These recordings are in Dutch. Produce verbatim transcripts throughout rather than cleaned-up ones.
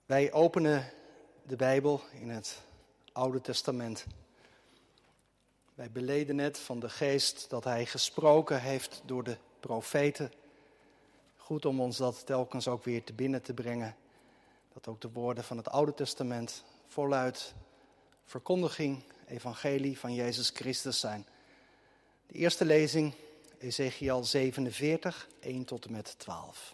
Wij openen de Bijbel in het Oude Testament. Wij beleden net van de geest dat hij gesproken heeft door de profeten. Goed om ons dat telkens ook weer te binnen te brengen. Dat ook de woorden van het Oude Testament voluit verkondiging, evangelie van Jezus Christus zijn. De eerste lezing, Ezechiël zevenenveertig, één tot en met twaalf.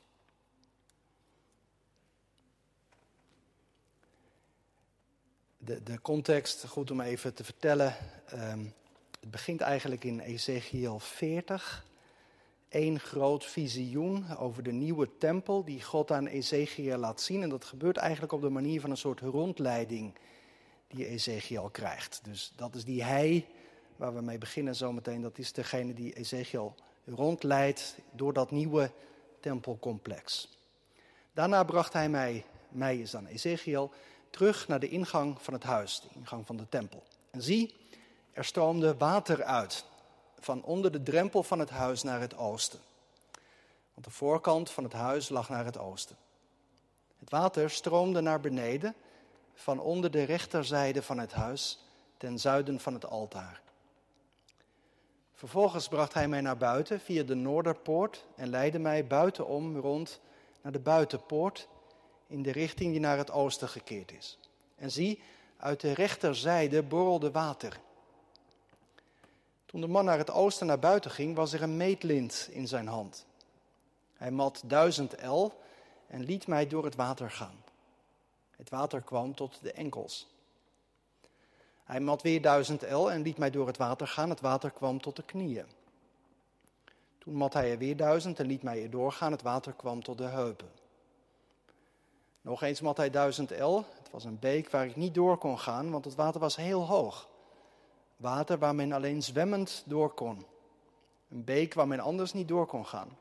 De, de context, goed om even te vertellen. Um, het begint eigenlijk in Ezechiël veertig. Eén groot visioen over de nieuwe tempel die God aan Ezechiël laat zien. En dat gebeurt eigenlijk op de manier van een soort rondleiding die Ezechiël krijgt. Dus dat is die hij waar we mee beginnen zometeen. Dat is degene die Ezechiël rondleidt door dat nieuwe tempelcomplex. Daarna bracht hij mij, mij is dan Ezechiël, terug naar de ingang van het huis, de ingang van de tempel. En zie, er stroomde water uit, van onder de drempel van het huis naar het oosten. Want de voorkant van het huis lag naar het oosten. Het water stroomde naar beneden, van onder de rechterzijde van het huis, ten zuiden van het altaar. Vervolgens bracht hij mij naar buiten via de noorderpoort en leidde mij buitenom rond naar de buitenpoort, in de richting die naar het oosten gekeerd is. En zie, uit de rechterzijde borrelde water. Toen de man naar het oosten naar buiten ging, was er een meetlint in zijn hand. Hij mat duizend el en liet mij door het water gaan. Het water kwam tot de enkels. Hij mat weer duizend el en liet mij door het water gaan. Het water kwam tot de knieën. Toen mat hij er weer duizend en liet mij er doorgaan. Het water kwam tot de heupen. Nog eens mat hij duizend el. Het was een beek waar ik niet door kon gaan, want het water was heel hoog. Water waar men alleen zwemmend door kon. Een beek waar men anders niet door kon gaan.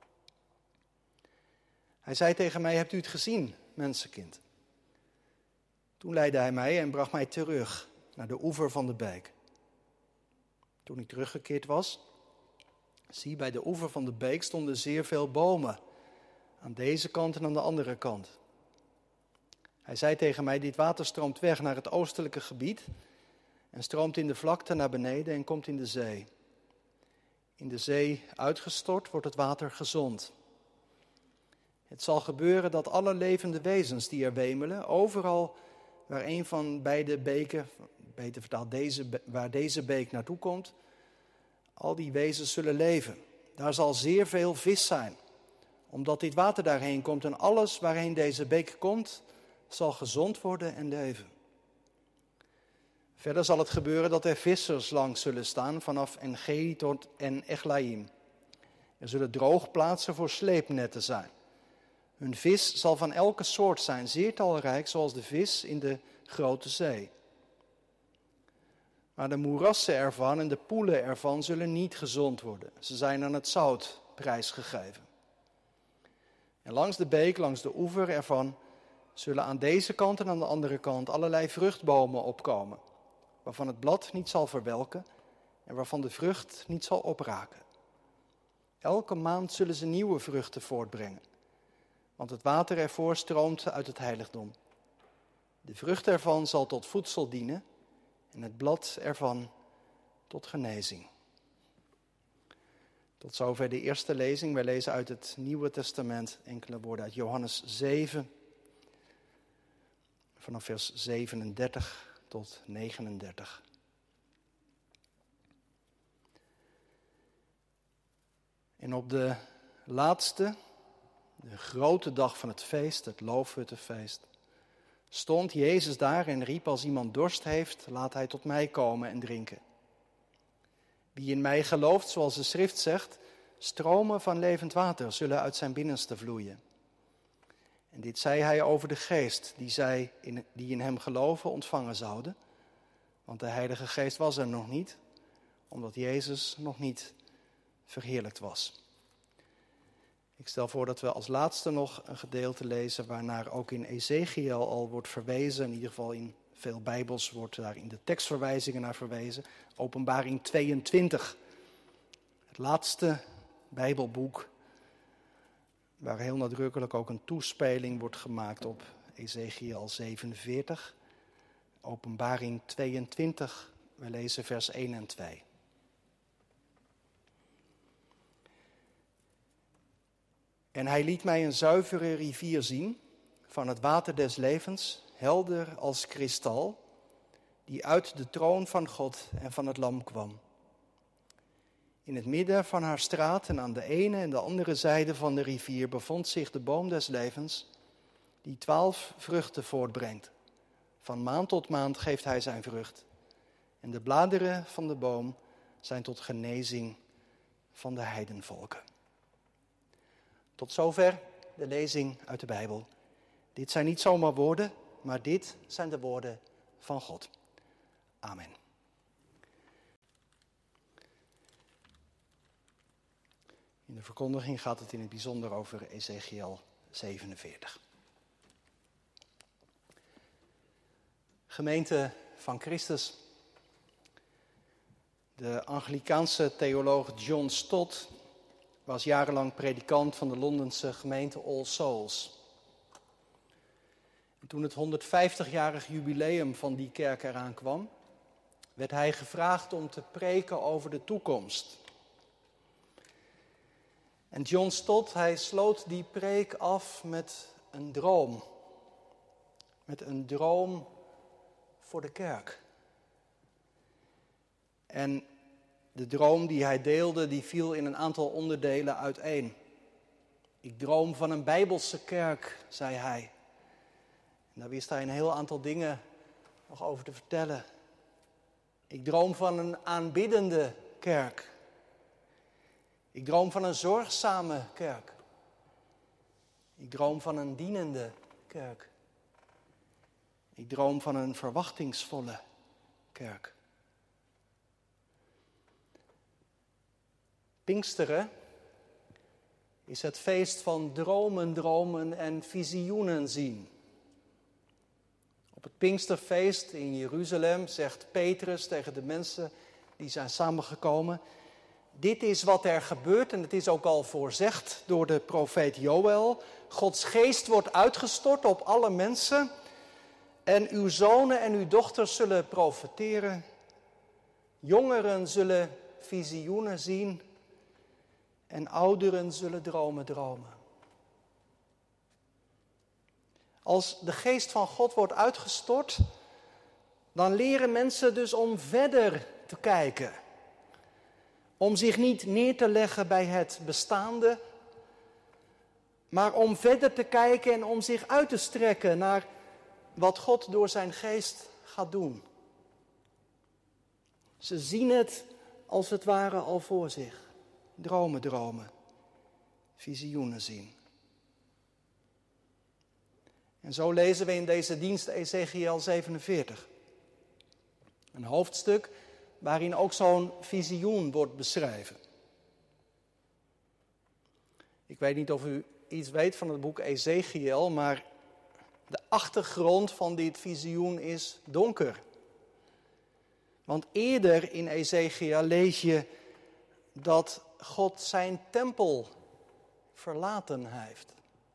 Hij zei tegen mij, hebt u het gezien, mensenkind? Toen leidde hij mij en bracht mij terug naar de oever van de beek. Toen ik teruggekeerd was, zie, bij de oever van de beek stonden zeer veel bomen. Aan deze kant en aan de andere kant. Hij zei tegen mij, dit water stroomt weg naar het oostelijke gebied en stroomt in de vlakte naar beneden en komt in de zee. In de zee uitgestort wordt het water gezond. Het zal gebeuren dat alle levende wezens die er wemelen, overal waar een van beide beken, beter vertaald deze, waar deze beek naartoe komt, al die wezens zullen leven. Daar zal zeer veel vis zijn, omdat dit water daarheen komt en alles waarheen deze beek komt, zal gezond worden en leven. Verder zal het gebeuren dat er vissers langs zullen staan vanaf En-Gedi tot En-Eglaim. Er zullen droogplaatsen voor sleepnetten zijn. Hun vis zal van elke soort zijn, zeer talrijk zoals de vis in de grote zee. Maar de moerassen ervan en de poelen ervan zullen niet gezond worden. Ze zijn aan het zout prijsgegeven. En langs de beek, langs de oever ervan, zullen aan deze kant en aan de andere kant allerlei vruchtbomen opkomen, waarvan het blad niet zal verwelken en waarvan de vrucht niet zal opraken. Elke maand zullen ze nieuwe vruchten voortbrengen, want het water ervoor stroomt uit het heiligdom. De vrucht ervan zal tot voedsel dienen en het blad ervan tot genezing. Tot zover de eerste lezing. Wij lezen uit het Nieuwe Testament enkele woorden uit Johannes zeven, vanaf vers zevenendertig tot negenendertig. En op de laatste, de grote dag van het feest, het Loofhuttenfeest, stond Jezus daar en riep, als iemand dorst heeft, laat hij tot mij komen en drinken. Wie in mij gelooft, zoals de schrift zegt, stromen van levend water zullen uit zijn binnenste vloeien. En dit zei hij over de geest die zij in, die in hem geloven ontvangen zouden. Want de Heilige Geest was er nog niet, omdat Jezus nog niet verheerlijkt was. Ik stel voor dat we als laatste nog een gedeelte lezen waarnaar ook in Ezechiël al wordt verwezen. In ieder geval in veel Bijbels wordt daar in de tekstverwijzingen naar verwezen. Openbaring tweeëntwintig, het laatste Bijbelboek waar heel nadrukkelijk ook een toespeling wordt gemaakt op Ezechiël zevenenveertig, Openbaring tweeëntwintig, we lezen vers één en twee. En hij liet mij een zuivere rivier zien, van het water des levens, helder als kristal, die uit de troon van God en van het Lam kwam. In het midden van haar straat en aan de ene en de andere zijde van de rivier bevond zich de boom des levens, die twaalf vruchten voortbrengt. Van maand tot maand geeft hij zijn vrucht. En de bladeren van de boom zijn tot genezing van de heidenvolken. Tot zover de lezing uit de Bijbel. Dit zijn niet zomaar woorden, maar dit zijn de woorden van God. Amen. In de verkondiging gaat het in het bijzonder over Ezechiël zevenenveertig. Gemeente van Christus. De Anglikaanse theoloog John Stott was jarenlang predikant van de Londense gemeente All Souls. En toen het honderdvijftigjarig jubileum van die kerk eraan kwam, werd hij gevraagd om te preken over de toekomst. En John Stott, hij sloot die preek af met een droom. Met een droom voor de kerk. En de droom die hij deelde, die viel in een aantal onderdelen uiteen. Ik droom van een Bijbelse kerk, zei hij. En daar wist hij een heel aantal dingen nog over te vertellen. Ik droom van een aanbiddende kerk. Ik droom van een zorgzame kerk. Ik droom van een dienende kerk. Ik droom van een verwachtingsvolle kerk. Pinksteren is het feest van dromen, dromen en visioenen zien. Op het Pinksterfeest in Jeruzalem zegt Petrus tegen de mensen die zijn samengekomen: dit is wat er gebeurt en het is ook al voorzegd door de profeet Joël. Gods geest wordt uitgestort op alle mensen en uw zonen en uw dochters zullen profeteren. Jongeren zullen visioenen zien en ouderen zullen dromen dromen. Als de geest van God wordt uitgestort, dan leren mensen dus om verder te kijken. Om zich niet neer te leggen bij het bestaande, maar om verder te kijken en om zich uit te strekken naar wat God door zijn geest gaat doen. Ze zien het als het ware al voor zich. Dromen, dromen. Visioenen zien. En zo lezen we in deze dienst Ezechiël zevenenveertig. Een hoofdstuk waarin ook zo'n visioen wordt beschreven. Ik weet niet of u iets weet van het boek Ezechiël, maar de achtergrond van dit visioen is donker. Want eerder in Ezechiël lees je dat God zijn tempel verlaten heeft.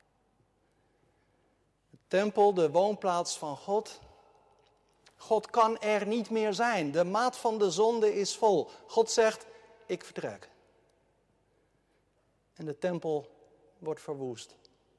De tempel, de woonplaats van God. God kan er niet meer zijn. De maat van de zonde is vol. God zegt, ik vertrek. En de tempel wordt verwoest.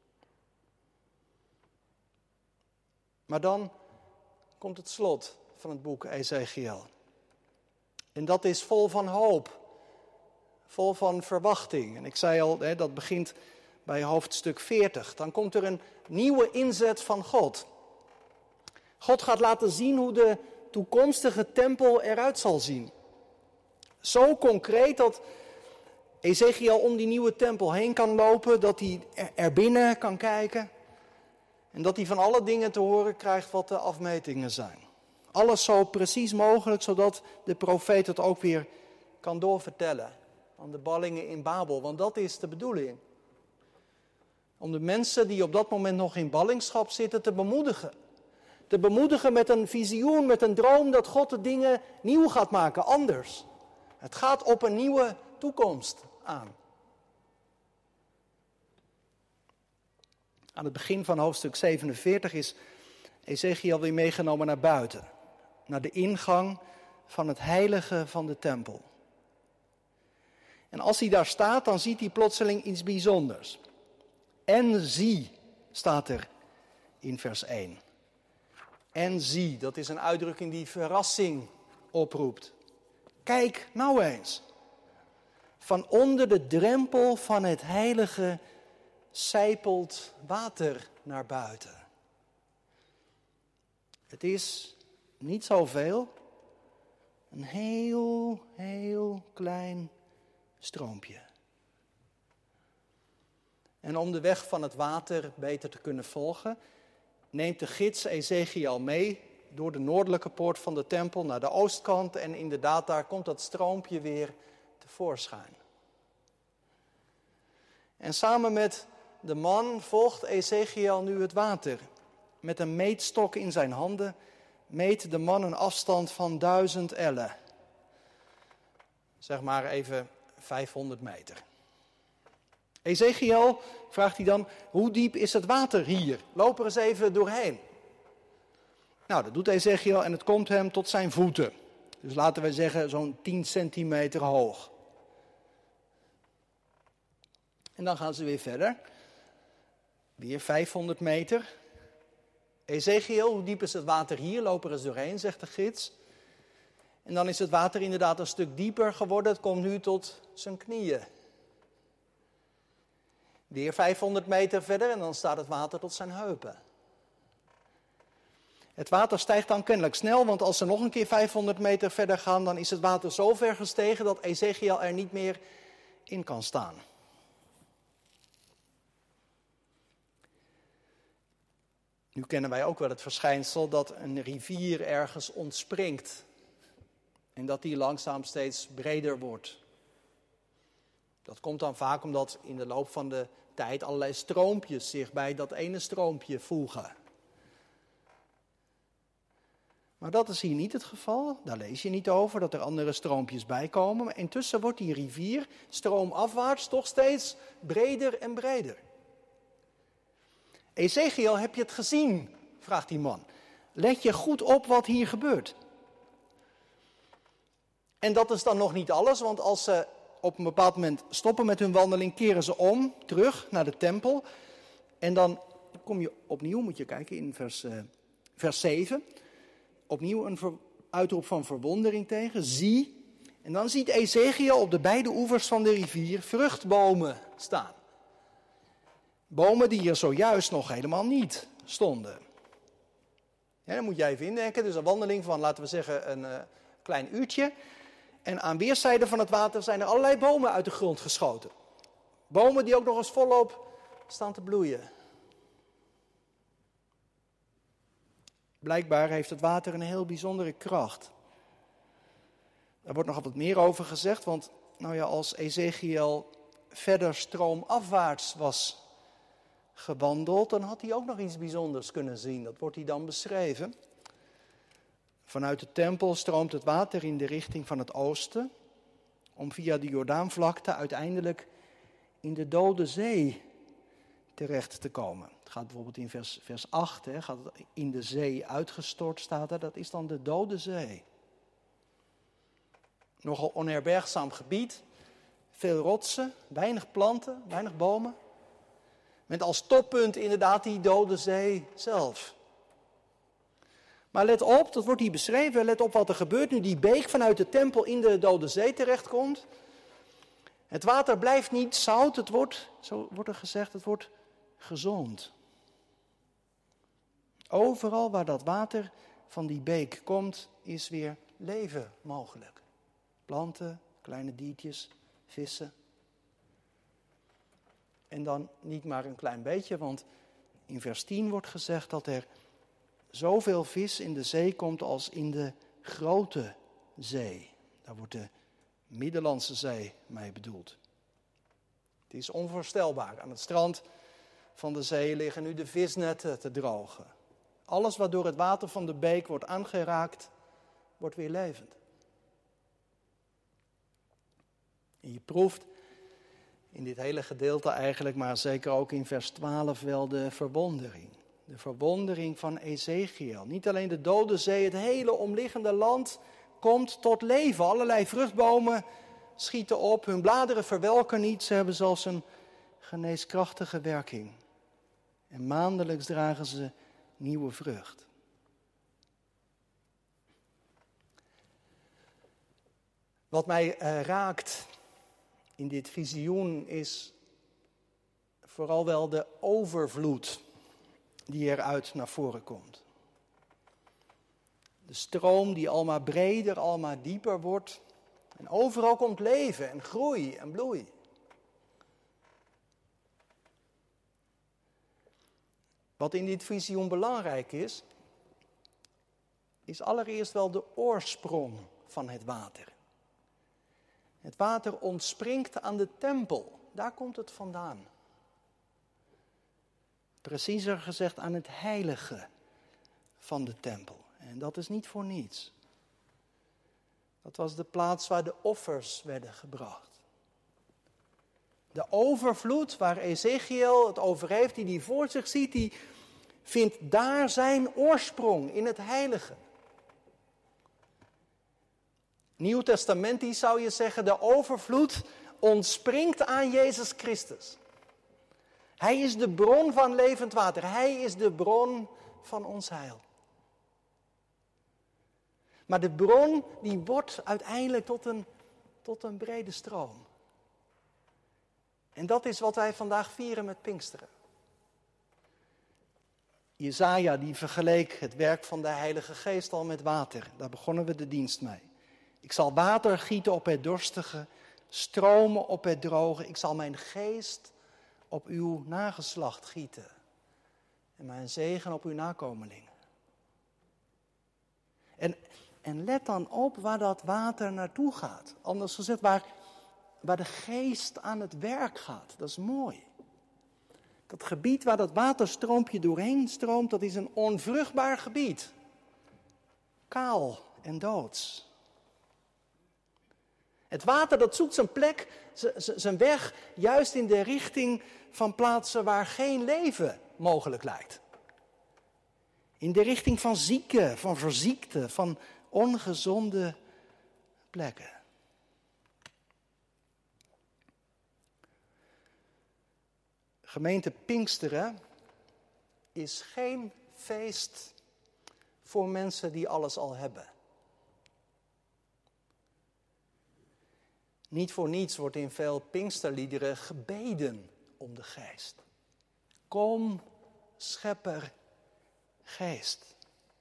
Maar dan komt het slot van het boek Ezechiël. En dat is vol van hoop. Vol van verwachting. En ik zei al, hè, dat begint bij hoofdstuk veertig. Dan komt er een nieuwe inzet van God. God gaat laten zien hoe de toekomstige tempel eruit zal zien. Zo concreet dat Ezechiël om die nieuwe tempel heen kan lopen, dat hij er binnen kan kijken. En dat hij van alle dingen te horen krijgt wat de afmetingen zijn. Alles zo precies mogelijk, zodat de profeet het ook weer kan doorvertellen aan de ballingen in Babel. Want dat is de bedoeling. Om de mensen die op dat moment nog in ballingschap zitten te bemoedigen. Te bemoedigen met een visioen, met een droom dat God de dingen nieuw gaat maken, anders. Het gaat op een nieuwe toekomst aan. Aan het begin van hoofdstuk zevenenveertig is Ezechiel weer meegenomen naar buiten. Naar de ingang van het heilige van de tempel. En als hij daar staat, dan ziet hij plotseling iets bijzonders. En zie, staat er in vers één. En zie, dat is een uitdrukking die verrassing oproept. Kijk nou eens. Van onder de drempel van het heilige sijpelt water naar buiten. Het is niet zoveel, een heel, heel klein stroompje. En om de weg van het water beter te kunnen volgen, neemt de gids Ezechiel mee door de noordelijke poort van de tempel naar de oostkant. En inderdaad, daar komt dat stroompje weer tevoorschijn. En samen met de man volgt Ezechiel nu het water. Met een meetstok in zijn handen meet de man een afstand van duizend ellen. Zeg maar even vijfhonderd meter. Ezechiel, vraagt hij dan, hoe diep is het water hier? Loop er eens even doorheen. Nou, dat doet Ezechiel en het komt hem tot zijn voeten. Dus laten we zeggen zo'n tien centimeter hoog. En dan gaan ze weer verder. Weer vijfhonderd meter. Ezechiel, hoe diep is het water hier? Loop er eens doorheen, zegt de gids. En dan is het water inderdaad een stuk dieper geworden. Het komt nu tot zijn knieën. Weer vijfhonderd meter verder en dan staat het water tot zijn heupen. Het water stijgt dan kennelijk snel, want als ze nog een keer vijfhonderd meter verder gaan, dan is het water zo ver gestegen dat Ezechiel er niet meer in kan staan. Nu kennen wij ook wel het verschijnsel dat een rivier ergens ontspringt en dat die langzaam steeds breder wordt. Dat komt dan vaak omdat in de loop van de tijd allerlei stroompjes zich bij dat ene stroompje voegen. Maar dat is hier niet het geval. Daar lees je niet over dat er andere stroompjes bij komen. Maar intussen wordt die rivier stroomafwaarts toch steeds breder en breder. Ezechiel, heb je het gezien? Vraagt die man. Let je goed op wat hier gebeurt. En dat is dan nog niet alles, want als ze op een bepaald moment stoppen met hun wandeling, keren ze om, terug naar de tempel. En dan kom je opnieuw, moet je kijken in vers, uh, vers zeven, opnieuw een ver, uitroep van verwondering tegen. Zie, en dan ziet Ezechiel op de beide oevers van de rivier vruchtbomen staan. Bomen die hier zojuist nog helemaal niet stonden. Ja, dan moet jij even indenken, dus een wandeling van, laten we zeggen, een uh, klein uurtje. En aan weerszijden van het water zijn er allerlei bomen uit de grond geschoten. Bomen die ook nog eens volop staan te bloeien. Blijkbaar heeft het water een heel bijzondere kracht. Daar wordt nog wat meer over gezegd, want nou ja, als Ezechiel verder stroomafwaarts was gewandeld, dan had hij ook nog iets bijzonders kunnen zien. Dat wordt hij dan beschreven. Vanuit de tempel stroomt het water in de richting van het oosten, om via de Jordaanvlakte uiteindelijk in de Dode Zee terecht te komen. Het gaat bijvoorbeeld in vers, vers acht, hè, gaat het in de zee uitgestort, staat er. Dat is dan de Dode Zee. Nogal onherbergzaam gebied, veel rotsen, weinig planten, weinig bomen. Met als toppunt inderdaad die Dode Zee zelf. Maar let op, dat wordt hier beschreven, let op wat er gebeurt nu die beek vanuit de tempel in de Dode Zee terechtkomt. Het water blijft niet zout, het wordt, zo wordt er gezegd, het wordt gezond. Overal waar dat water van die beek komt, is weer leven mogelijk. Planten, kleine diertjes, vissen. En dan niet maar een klein beetje, want in vers tien wordt gezegd dat er zoveel vis in de zee komt als in de grote zee. Daar wordt de Middellandse Zee mee bedoeld. Het is onvoorstelbaar. Aan het strand van de zee liggen nu de visnetten te drogen. Alles wat door het water van de beek wordt aangeraakt, wordt weer levend. En je proeft In dit hele gedeelte eigenlijk, maar zeker ook in vers twaalf wel de verwondering. De verwondering van Ezechiël. Niet alleen de Dode Zee, het hele omliggende land komt tot leven. Allerlei vruchtbomen schieten op, hun bladeren verwelken niet. Ze hebben zelfs een geneeskrachtige werking. En maandelijks dragen ze nieuwe vrucht. Wat mij uh, raakt in dit visioen is vooral wel de overvloed die eruit naar voren komt. De stroom die almaar breder, almaar dieper wordt. En overal komt leven en groei en bloei. Wat in dit visioen belangrijk is, is allereerst wel de oorsprong van het water. Het water ontspringt aan de tempel. Daar komt het vandaan. Preciezer gezegd aan het heilige van de tempel. En dat is niet voor niets. Dat was de plaats waar de offers werden gebracht. De overvloed waar Ezechiël het over heeft, die hij voor zich ziet, die vindt daar zijn oorsprong in het heilige. Nieuwtestamentisch zou je zeggen, de overvloed ontspringt aan Jezus Christus. Hij is de bron van levend water. Hij is de bron van ons heil. Maar de bron die wordt uiteindelijk tot een, tot een brede stroom. En dat is wat wij vandaag vieren met Pinksteren. Jesaja die vergeleek het werk van de Heilige Geest al met water. Daar begonnen we de dienst mee. Ik zal water gieten op het dorstige, stromen op het droge. Ik zal mijn geest op uw nageslacht gieten. En mijn zegen op uw nakomelingen. En, en let dan op waar dat water naartoe gaat. Anders gezegd, waar, waar de geest aan het werk gaat. Dat is mooi. Dat gebied waar dat waterstroompje doorheen stroomt, dat is een onvruchtbaar gebied. Kaal en doods. Het water dat zoekt zijn plek, zijn weg, juist in de richting van plaatsen waar geen leven mogelijk lijkt. In de richting van zieken, van verziekten, van ongezonde plekken. Gemeente Pinksteren is geen feest voor mensen die alles al hebben. Niet voor niets wordt in veel Pinksterliederen gebeden om de geest. Kom, schepper, geest.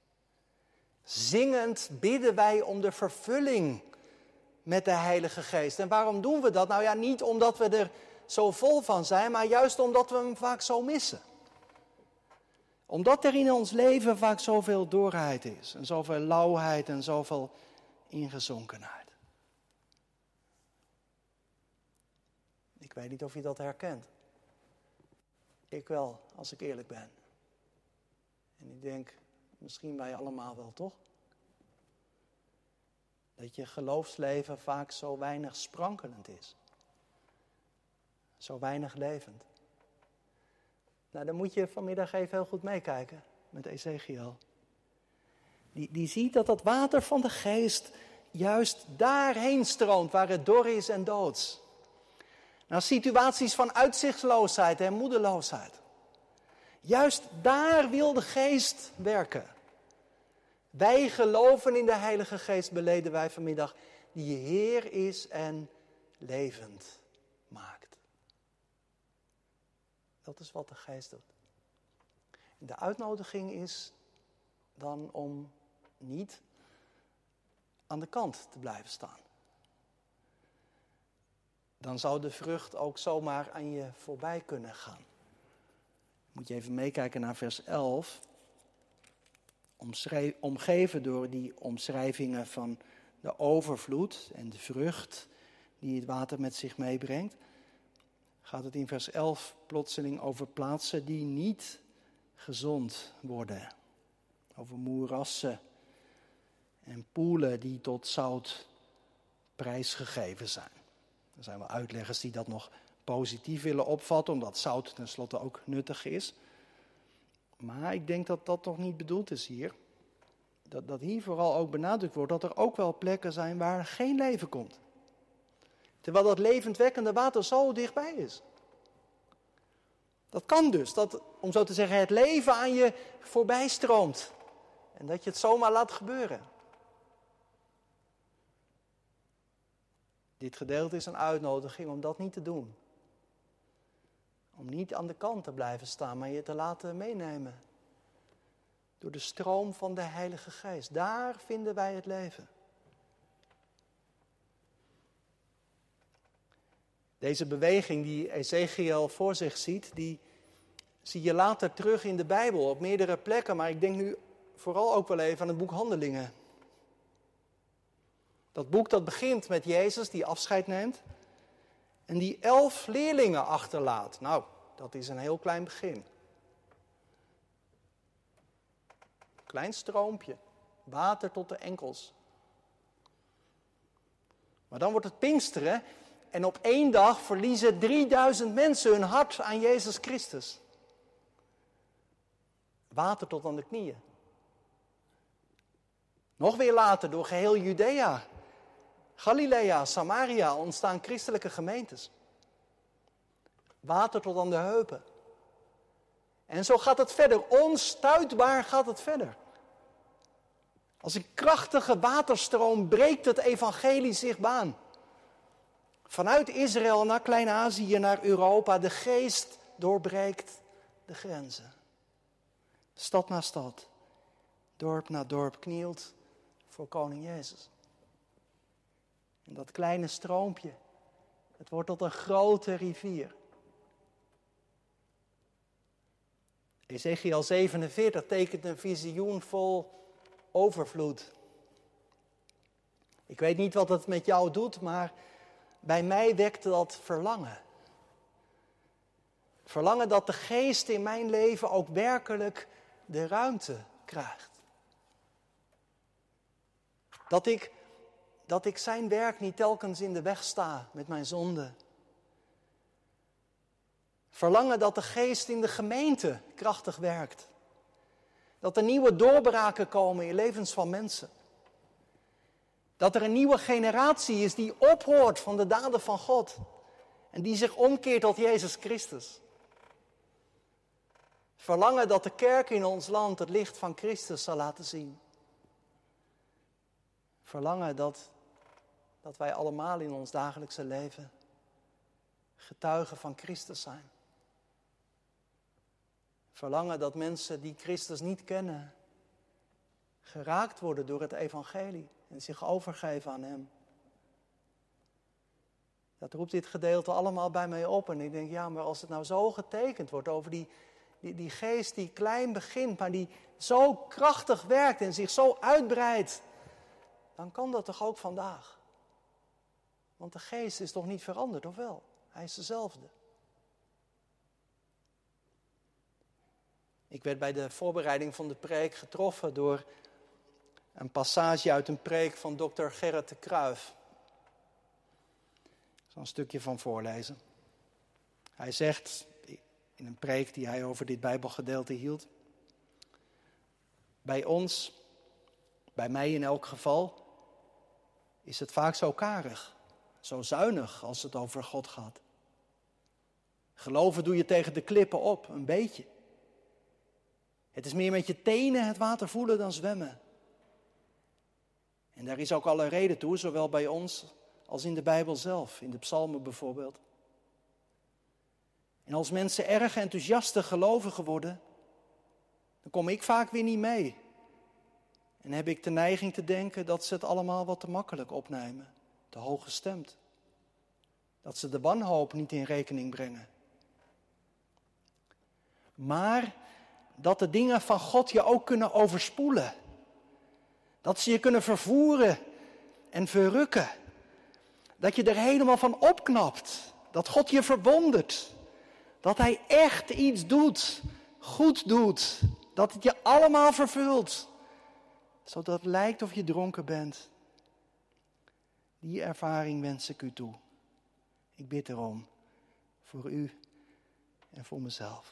Zingend bidden wij om de vervulling met de Heilige Geest. En waarom doen we dat? Nou ja, niet omdat we er zo vol van zijn, maar juist omdat we hem vaak zo missen. Omdat er in ons leven vaak zoveel dorheid is. En zoveel lauwheid en zoveel ingezonkenheid. Ik weet niet of je dat herkent. Ik wel, als ik eerlijk ben. En ik denk, misschien wij allemaal wel, toch? Dat je geloofsleven vaak zo weinig sprankelend is. Zo weinig levend. Nou, dan moet je vanmiddag even heel goed meekijken met Ezechiël. Die, die ziet dat dat water van de geest juist daarheen stroomt waar het dor is en doods. Nou, situaties van uitzichtloosheid en moedeloosheid. Juist daar wil de geest werken. Wij geloven in de Heilige Geest, beleden wij vanmiddag, die Heer is en levend maakt. Dat is wat de geest doet. De uitnodiging is dan om niet aan de kant te blijven staan. Dan zou de vrucht ook zomaar aan je voorbij kunnen gaan. Moet je even meekijken naar vers elf. Omschrijf, omgeven door die omschrijvingen van de overvloed en de vrucht die het water met zich meebrengt, gaat het in vers elf plotseling over plaatsen die niet gezond worden. Over moerassen en poelen die tot zout prijsgegeven zijn. Er zijn wel uitleggers die dat nog positief willen opvatten, omdat zout tenslotte ook nuttig is. Maar ik denk dat dat toch niet bedoeld is hier. Dat, dat hier vooral ook benadrukt wordt dat er ook wel plekken zijn waar geen leven komt. Terwijl dat levendwekkende water zo dichtbij is. Dat kan dus, dat, om zo te zeggen, het leven aan je voorbij stroomt. En dat je het zomaar laat gebeuren. Dit gedeelte is een uitnodiging om dat niet te doen. Om niet aan de kant te blijven staan, maar je te laten meenemen. Door de stroom van de Heilige Geest. Daar vinden wij het leven. Deze beweging die Ezechiel voor zich ziet, die zie je later terug in de Bijbel op meerdere plekken. Maar ik denk nu vooral ook wel even aan het boek Handelingen. Dat boek dat begint met Jezus die afscheid neemt en die elf leerlingen achterlaat. Nou, dat is een heel klein begin. Klein stroompje, water tot de enkels. Maar dan wordt het Pinksteren en op één dag verliezen drieduizend mensen hun hart aan Jezus Christus. Water tot aan de knieën. Nog weer later door geheel Judea, Galilea, Samaria ontstaan christelijke gemeentes. Water tot aan de heupen. En zo gaat het verder. Onstuitbaar gaat het verder. Als een krachtige waterstroom breekt het evangelie zich baan. Vanuit Israël naar Klein-Azië, naar Europa. De geest doorbreekt de grenzen. Stad na stad, dorp na dorp knielt voor koning Jezus. En dat kleine stroompje, het wordt tot een grote rivier. Ezechiel zevenenveertig tekent een visioen vol overvloed. Ik weet niet wat het met jou doet, maar bij mij wekte dat verlangen. Verlangen dat de geest in mijn leven ook werkelijk de ruimte krijgt. Dat ik, dat ik zijn werk niet telkens in de weg sta met mijn zonde. Verlangen dat de geest in de gemeente krachtig werkt. Dat er nieuwe doorbraken komen in levens van mensen. Dat er een nieuwe generatie is die ophoort van de daden van God. En die zich omkeert tot Jezus Christus. Verlangen dat de kerk in ons land het licht van Christus zal laten zien. Verlangen dat, dat wij allemaal in ons dagelijkse leven getuigen van Christus zijn. Verlangen dat mensen die Christus niet kennen, geraakt worden door het evangelie en zich overgeven aan hem. Dat roept dit gedeelte allemaal bij mij op. En ik denk, ja, maar als het nou zo getekend wordt over die, die, die geest die klein begint, maar die zo krachtig werkt en zich zo uitbreidt, dan kan dat toch ook vandaag? Want de geest is toch niet veranderd, of wel? Hij is dezelfde. Ik werd bij de voorbereiding van de preek getroffen door een passage uit een preek van dokter Gerrit de Kruijf. Ik zal een stukje van voorlezen. Hij zegt in een preek die hij over dit Bijbelgedeelte hield: bij ons, bij mij in elk geval, is het vaak zo karig, zo zuinig als het over God gaat. Geloven doe je tegen de klippen op, een beetje. Het is meer met je tenen het water voelen dan zwemmen. En daar is ook alle reden toe, zowel bij ons als in de Bijbel zelf, in de psalmen bijvoorbeeld. En als mensen erg enthousiaste gelovigen worden, dan kom ik vaak weer niet mee. En heb ik de neiging te denken dat ze het allemaal wat te makkelijk opnemen, te hoog gestemd. Dat ze de wanhoop niet in rekening brengen. Maar dat de dingen van God je ook kunnen overspoelen. Dat ze je kunnen vervoeren en verrukken. Dat je er helemaal van opknapt. Dat God je verwondert. Dat hij echt iets doet, goed doet. Dat het je allemaal vervult. Zodat het lijkt of je dronken bent. Die ervaring wens ik u toe. Ik bid erom voor u en voor mezelf.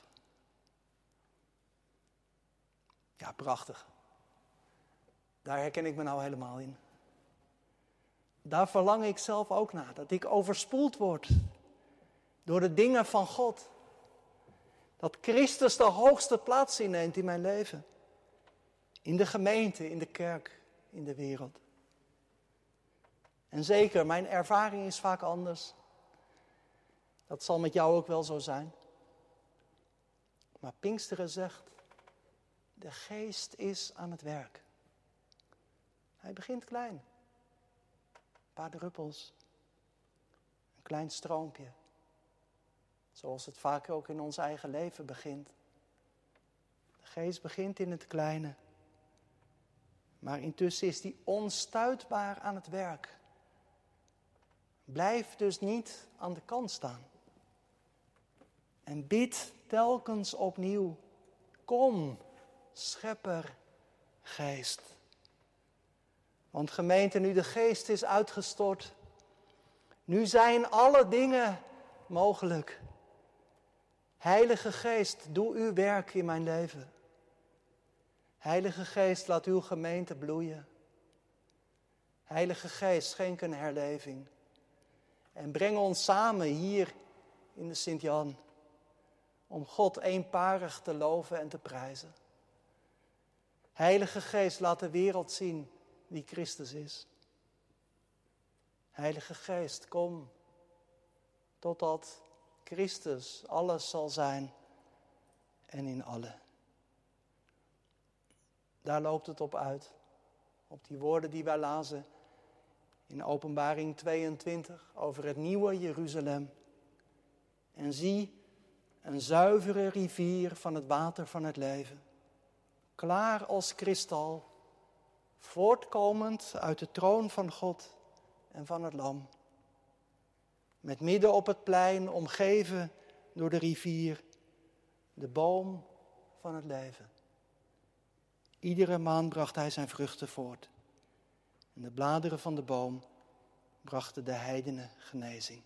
Ja, prachtig. Daar herken ik me nou helemaal in. Daar verlang ik zelf ook naar. Dat ik overspoeld word door de dingen van God. Dat Christus de hoogste plaats inneemt in mijn leven. In de gemeente, in de kerk, in de wereld. En zeker, mijn ervaring is vaak anders. Dat zal met jou ook wel zo zijn. Maar Pinksteren zegt, de geest is aan het werk. Hij begint klein. Een paar druppels. Een klein stroompje. Zoals het vaak ook in ons eigen leven begint. De geest begint in het kleine. Maar intussen is die onstuitbaar aan het werk. Blijf dus niet aan de kant staan. En bid telkens opnieuw. Kom, schepper, geest. Want gemeente, nu de geest is uitgestort. Nu zijn alle dingen mogelijk. Heilige Geest, doe uw werk in mijn leven. Heilige Geest, laat uw gemeente bloeien. Heilige Geest, schenk een herleving. En breng ons samen hier in de Sint-Jan. Om God eenparig te loven en te prijzen. Heilige Geest, laat de wereld zien wie Christus is. Heilige Geest, kom. Totdat Christus alles zal zijn en in alle. Daar loopt het op uit. Op die woorden die wij lazen in Openbaring tweeëntwintig over het nieuwe Jeruzalem. En zie, een zuivere rivier van het water van het leven. Klaar als kristal, voortkomend uit de troon van God en van het Lam. Met midden op het plein, omgeven door de rivier, de boom van het leven. Iedere maand bracht hij zijn vruchten voort. En de bladeren van de boom brachten de heidenen genezing.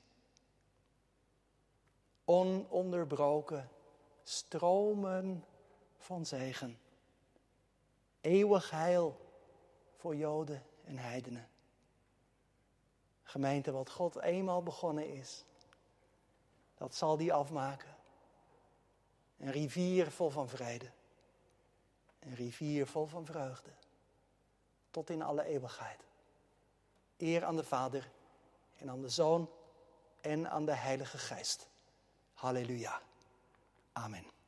Ononderbroken stromen van zegen. Eeuwig heil voor Joden en heidenen. Gemeente, wat God eenmaal begonnen is, dat zal die afmaken. Een rivier vol van vrede. Een rivier vol van vreugde. Tot in alle eeuwigheid. Eer aan de Vader en aan de Zoon en aan de Heilige Geest. Halleluja. Amen.